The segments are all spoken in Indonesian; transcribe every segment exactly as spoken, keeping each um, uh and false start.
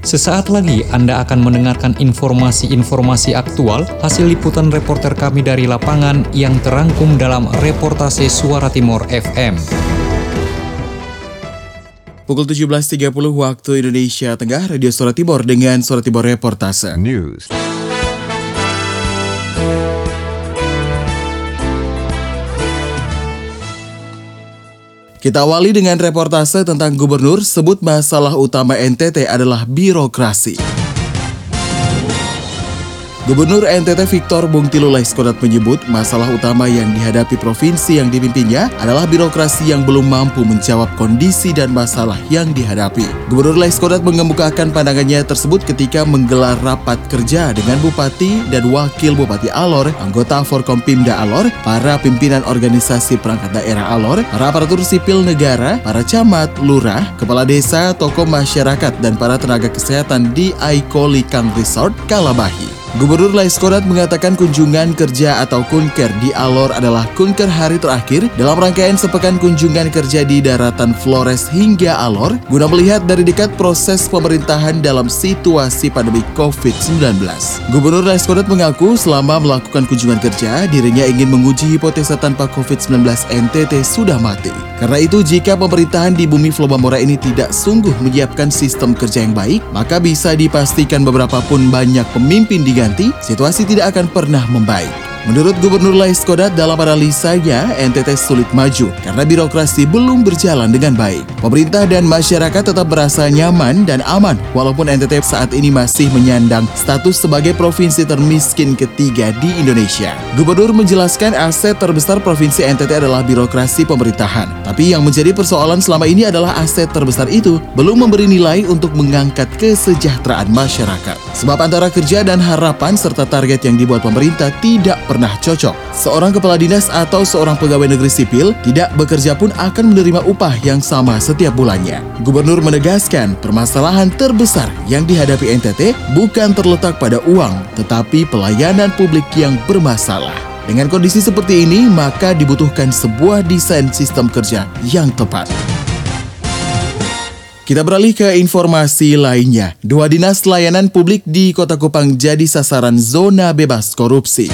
Sesaat lagi Anda akan mendengarkan informasi-informasi aktual hasil liputan reporter kami dari lapangan yang terangkum dalam reportase Suara Timur F M. Pukul tujuh belas tiga puluh waktu Indonesia Tengah, Radio Suara Timur dengan Suara Timur Reportase News. Kita awali dengan reportase tentang Gubernur sebut masalah utama N T T adalah birokrasi. Gubernur N T T Victor Bungtilu Laiskodat menyebut masalah utama yang dihadapi provinsi yang dipimpinnya adalah birokrasi yang belum mampu menjawab kondisi dan masalah yang dihadapi. Gubernur Laiskodat mengemukakan pandangannya tersebut ketika menggelar rapat kerja dengan Bupati dan Wakil Bupati Alor, anggota Forkompimda Alor, para pimpinan organisasi perangkat daerah Alor, para aparatur sipil negara, para camat, lurah, kepala desa, tokoh masyarakat, dan para tenaga kesehatan di Aikoli Kang Resort, Kalabahi. Gubernur Laiskodat mengatakan kunjungan kerja atau kunker di Alor adalah kunker hari terakhir dalam rangkaian sepekan kunjungan kerja di daratan Flores hingga Alor guna melihat dari dekat proses pemerintahan dalam situasi pandemi covid sembilan belas. Gubernur Laiskodat mengaku selama melakukan kunjungan kerja, dirinya ingin menguji hipotesa tanpa covid sembilan belas N T T sudah mati. Karena itu, jika pemerintahan di bumi Flobamora ini tidak sungguh menyiapkan sistem kerja yang baik, maka bisa dipastikan beberapa pun banyak pemimpin diganti, situasi tidak akan pernah membaik. Menurut Gubernur Laiskodat, dalam analisanya, N T T sulit maju karena birokrasi belum berjalan dengan baik. Pemerintah dan masyarakat tetap merasa nyaman dan aman, walaupun N T T saat ini masih menyandang status sebagai provinsi termiskin ketiga di Indonesia. Gubernur menjelaskan aset terbesar provinsi N T T adalah birokrasi pemerintahan. Tapi yang menjadi persoalan selama ini adalah aset terbesar itu belum memberi nilai untuk mengangkat kesejahteraan masyarakat. Sebab antara kerja dan harapan serta target yang dibuat pemerintah tidak pernah pernah cocok. Seorang kepala dinas atau seorang pegawai negeri sipil tidak bekerja pun akan menerima upah yang sama setiap bulannya. Gubernur menegaskan permasalahan terbesar yang dihadapi N T T bukan terletak pada uang, tetapi pelayanan publik yang bermasalah. Dengan kondisi seperti ini, maka dibutuhkan sebuah desain sistem kerja yang tepat. Kita beralih ke informasi lainnya. Dua dinas layanan publik di Kota Kupang jadi sasaran zona bebas korupsi.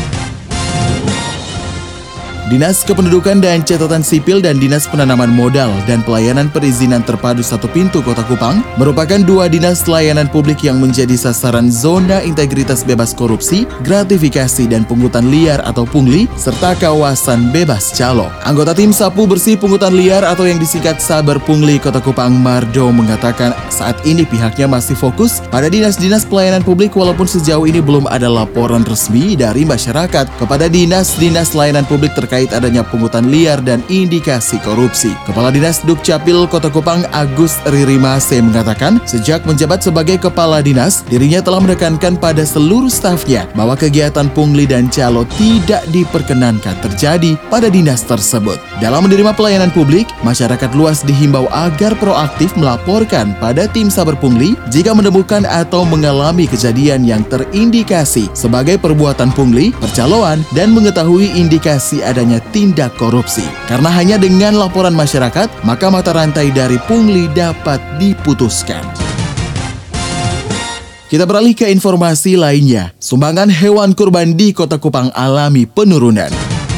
Dinas Kependudukan dan Catatan Sipil dan Dinas Penanaman Modal dan Pelayanan Perizinan Terpadu Satu Pintu Kota Kupang merupakan dua dinas layanan publik yang menjadi sasaran zona integritas bebas korupsi, gratifikasi dan pungutan liar atau pungli, serta kawasan bebas calo. Anggota tim Sapu Bersih Pungutan Liar atau yang disingkat Saber Pungli Kota Kupang, Mardo, mengatakan saat ini pihaknya masih fokus pada dinas-dinas pelayanan publik walaupun sejauh ini belum ada laporan resmi dari masyarakat kepada dinas-dinas layanan publik terkait adanya pungutan liar dan indikasi korupsi. Kepala Dinas Dukcapil Kota Kupang Agus Ririmase mengatakan sejak menjabat sebagai kepala dinas, dirinya telah menekankan pada seluruh stafnya bahwa kegiatan pungli dan calo tidak diperkenankan terjadi pada dinas tersebut. Dalam menerima pelayanan publik, masyarakat luas dihimbau agar proaktif melaporkan pada tim Saber Pungli jika menemukan atau mengalami kejadian yang terindikasi sebagai perbuatan pungli, percaloan, dan mengetahui indikasi adanya tindak korupsi. Karena hanya dengan laporan masyarakat, maka mata rantai dari pungli dapat diputuskan. Kita beralih ke informasi lainnya. Sumbangan hewan kurban di Kota Kupang alami penurunan.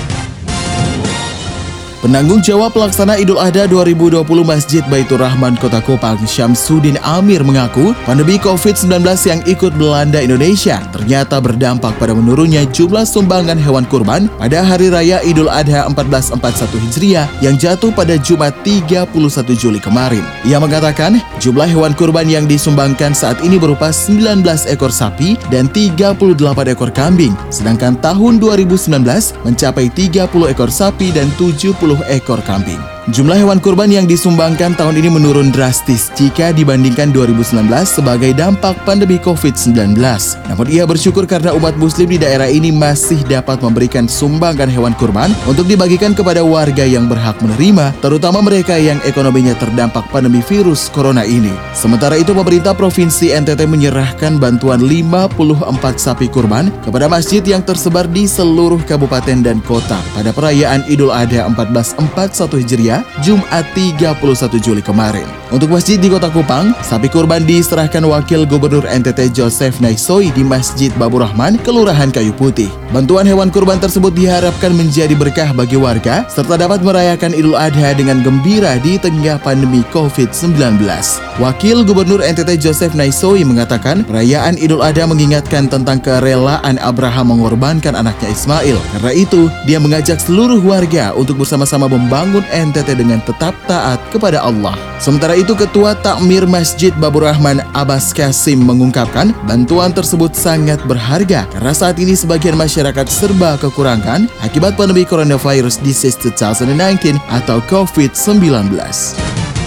Penanggung jawab pelaksana Idul Adha dua ribu dua puluh Masjid Baitur Rahman Kota Kupang, Syamsuddin Amir mengaku pandemi covid sembilan belas yang ikut melanda Indonesia ternyata berdampak pada menurunnya jumlah sumbangan hewan kurban pada Hari Raya Idul Adha seribu empat ratus empat puluh satu Hijriah yang jatuh pada Jumat tiga puluh satu Juli kemarin. Ia mengatakan jumlah hewan kurban yang disumbangkan saat ini berupa sembilan belas ekor sapi dan tiga puluh delapan ekor kambing, sedangkan tahun dua ribu sembilan belas mencapai tiga puluh ekor sapi dan tujuh puluh ekor kambing. Jumlah hewan kurban yang disumbangkan tahun ini menurun drastis jika dibandingkan dua ribu sembilan belas sebagai dampak pandemi covid sembilan belas. Namun ia bersyukur karena umat muslim di daerah ini masih dapat memberikan sumbangan hewan kurban untuk dibagikan kepada warga yang berhak menerima, terutama mereka yang ekonominya terdampak pandemi virus corona ini. Sementara itu, pemerintah Provinsi N T T menyerahkan bantuan lima puluh empat sapi kurban kepada masjid yang tersebar di seluruh kabupaten dan kota pada perayaan Idul Adha seribu empat ratus empat puluh satu Hijriah Surabaya, Jumat tiga puluh satu Juli kemarin. Untuk masjid di Kota Kupang, sapi kurban diserahkan Wakil Gubernur N T T Joseph Naisoi di Masjid Babur Rahman, Kelurahan Kayu Putih. Bantuan hewan kurban tersebut diharapkan menjadi berkah bagi warga, serta dapat merayakan Idul Adha dengan gembira di tengah pandemi covid sembilan belas. Wakil Gubernur N T T Joseph Naisoi mengatakan, perayaan Idul Adha mengingatkan tentang kerelaan Abraham mengorbankan anaknya Ismail. Karena itu, dia mengajak seluruh warga untuk bersama-sama membangun N T T dengan tetap taat kepada Allah. Sementara itu, Ketua Takmir Masjid Babur Rahman Abbas Kasim mengungkapkan bantuan tersebut sangat berharga karena saat ini sebagian masyarakat serba kekurangan akibat pandemi coronavirus disease dua ribu sembilan belas atau covid sembilan belas.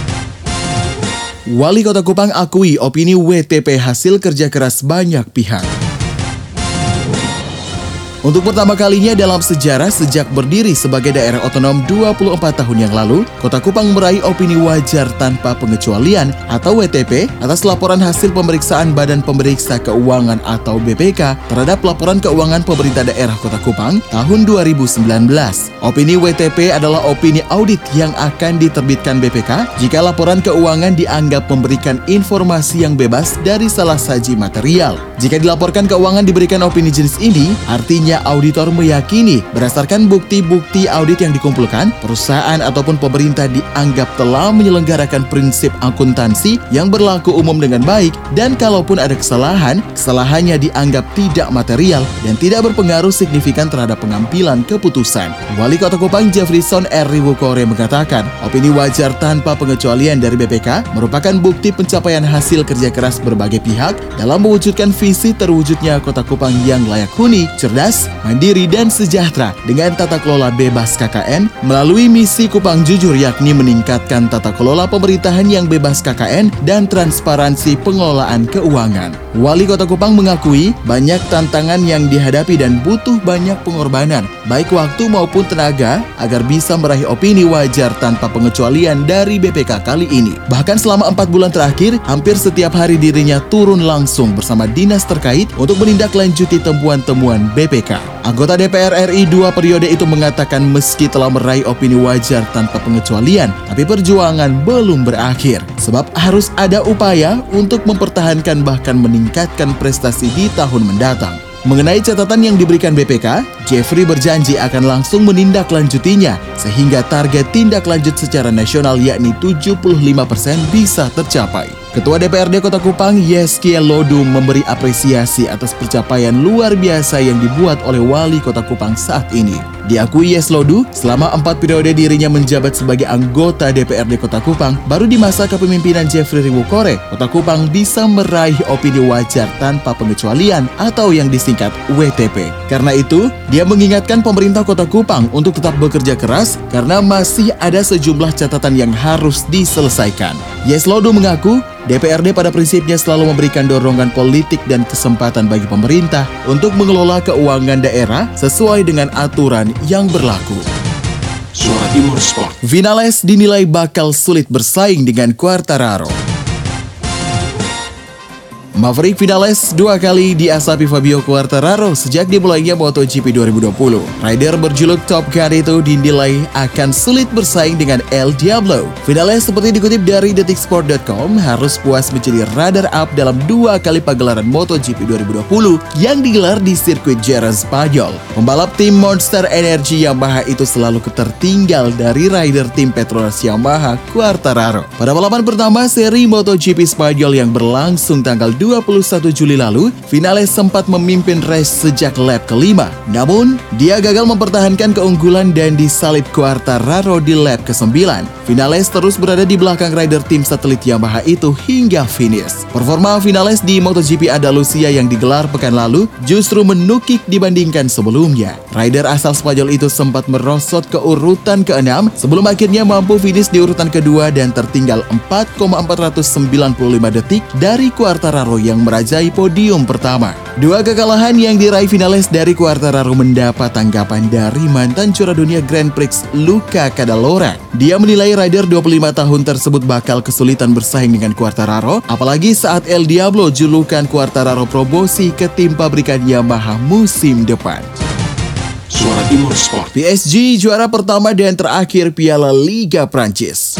Wali Kota Kupang akui opini W T P hasil kerja keras banyak pihak. Untuk pertama kalinya dalam sejarah sejak berdiri sebagai daerah otonom dua puluh empat tahun yang lalu, Kota Kupang meraih opini wajar tanpa pengecualian atau W T P atas laporan hasil pemeriksaan Badan Pemeriksa Keuangan atau B P K terhadap laporan keuangan pemerintah daerah Kota Kupang tahun dua ribu sembilan belas. Opini W T P adalah opini audit yang akan diterbitkan B P K jika laporan keuangan dianggap memberikan informasi yang bebas dari salah saji material. Jika dilaporkan keuangan diberikan opini jenis ini, artinya auditor meyakini berdasarkan bukti-bukti audit yang dikumpulkan, perusahaan ataupun pemerintah dianggap telah menyelenggarakan prinsip akuntansi yang berlaku umum dengan baik, dan kalaupun ada kesalahan, kesalahannya dianggap tidak material dan tidak berpengaruh signifikan terhadap pengambilan keputusan. Wali Kota Kupang Jefferson R. Riwukore mengatakan, opini wajar tanpa pengecualian dari B P K merupakan bukti pencapaian hasil kerja keras berbagai pihak dalam mewujudkan visi terwujudnya Kota Kupang yang layak huni, cerdas, mandiri, dan sejahtera dengan tata kelola bebas K K N melalui misi Kupang Jujur, yakni meningkatkan tata kelola pemerintahan yang bebas K K N dan transparansi pengelolaan keuangan. Wali Kota Kupang mengakui banyak tantangan yang dihadapi dan butuh banyak pengorbanan, baik waktu maupun tenaga, agar bisa meraih opini wajar tanpa pengecualian dari B P K kali ini. Bahkan selama empat bulan terakhir, hampir setiap hari dirinya turun langsung bersama dinas terkait untuk menindaklanjuti temuan-temuan B P K. Anggota D P R R I dua periode itu mengatakan meski telah meraih opini wajar tanpa pengecualian, tapi perjuangan belum berakhir. Sebab harus ada upaya untuk mempertahankan bahkan meningkatkan prestasi di tahun mendatang. Mengenai catatan yang diberikan B P K, Jeffrey berjanji akan langsung menindaklanjutinya sehingga target tindak lanjut secara nasional yakni tujuh puluh lima persen bisa tercapai. Ketua D P R D Kota Kupang Yeskie Lodu memberi apresiasi atas pencapaian luar biasa yang dibuat oleh Wali Kota Kupang saat ini. Diakui Yes Lodu, selama empat periode dirinya menjabat sebagai anggota D P R D Kota Kupang, baru di masa kepemimpinan Jeffrey Riwukore, Kota Kupang bisa meraih opini wajar tanpa pengecualian atau yang disingkat W T P. Karena itu, dia mengingatkan pemerintah Kota Kupang untuk tetap bekerja keras karena masih ada sejumlah catatan yang harus diselesaikan. Yes Lodu mengaku, D P R D pada prinsipnya selalu memberikan dorongan politik dan kesempatan bagi pemerintah untuk mengelola keuangan daerah sesuai dengan aturan yang berlaku. Suara Timur Sport. Vinales dinilai bakal sulit bersaing dengan Quartararo. Maverick Vinales dua kali diasapi Fabio Quartararo sejak dimulainya MotoGP dua ribu dua puluh. Rider berjuluk Top Gun itu dinilai akan sulit bersaing dengan El Diablo. Vinales seperti dikutip dari detik sport dot com harus puas menjadi runner-up dalam dua kali pagelaran MotoGP dua ribu dua puluh yang digelar di sirkuit Jerez, Spanyol. Pembalap tim Monster Energy Yamaha itu selalu ketertinggal dari rider tim Petronas Yamaha Quartararo. Pada balapan pertama seri MotoGP Spanyol yang berlangsung tanggal dua puluh satu Juli lalu, Vinales sempat memimpin race sejak lap kelima. Namun, dia gagal mempertahankan keunggulan dan disalip Quartararo di lap kesembilan. Vinales terus berada di belakang rider tim satelit Yamaha itu hingga finish. Performa Vinales di MotoGP Andalusia yang digelar pekan lalu justru menukik dibandingkan sebelumnya. Rider asal Spanyol itu sempat merosot ke urutan keenam sebelum akhirnya mampu finish di urutan kedua dan tertinggal empat koma empat sembilan lima detik dari Quartararo yang merajai podium pertama. Dua kekalahan yang diraih Vinales dari Quartararo mendapat tanggapan dari mantan juara dunia Grand Prix Luca Cadalora. Dia menilai rider dua puluh lima tahun tersebut bakal kesulitan bersaing dengan Quartararo, apalagi saat El Diablo julukan Quartararo promosi ke tim pabrikan Yamaha musim depan. Suara Timur Sport. P S G juara pertama dan terakhir Piala Liga Prancis.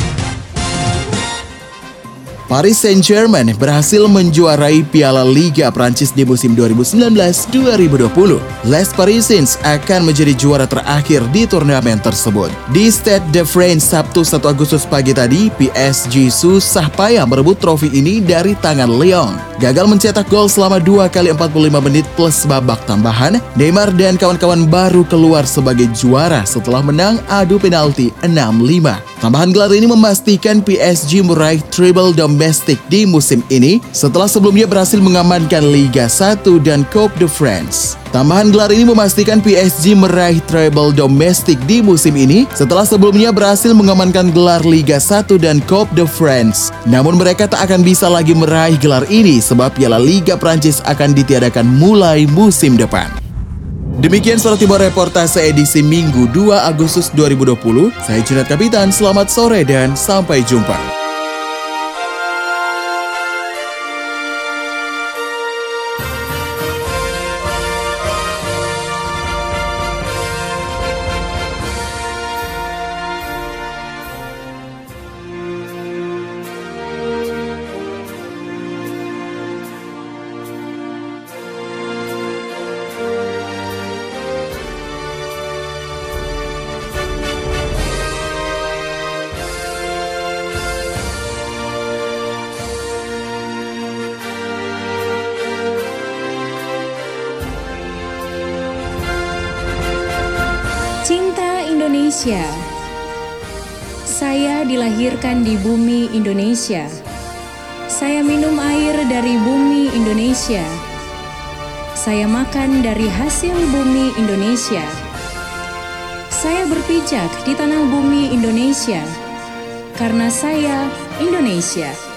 Paris Saint-Germain berhasil menjuarai Piala Liga Prancis di musim dua ribu sembilan belas dua ribu dua puluh. Les Parisiens akan menjadi juara terakhir di turnamen tersebut. Di Stade de France Sabtu satu Agustus pagi tadi, P S G susah payah merebut trofi ini dari tangan Lyon. Gagal mencetak gol selama dua kali empat puluh lima menit plus babak tambahan, Neymar dan kawan-kawan baru keluar sebagai juara setelah menang adu penalti enam lima. Tambahan gelar ini memastikan P S G meraih treble domestik di musim ini setelah sebelumnya berhasil mengamankan Liga satu dan Coupe de France. Tambahan gelar ini memastikan P S G meraih treble domestik di musim ini setelah sebelumnya berhasil mengamankan gelar Liga satu dan Coupe de France. Namun mereka tak akan bisa lagi meraih gelar ini sebab Piala Liga Prancis akan ditiadakan mulai musim depan. Demikian Suara Timur Reportase edisi Minggu dua Agustus dua ribu dua puluh. Saya Junad Kapitan, selamat sore dan sampai jumpa. Cinta Indonesia. Saya dilahirkan di bumi Indonesia. Saya minum air dari bumi Indonesia. Saya makan dari hasil bumi Indonesia. Saya berpijak di tanah bumi Indonesia karena saya Indonesia.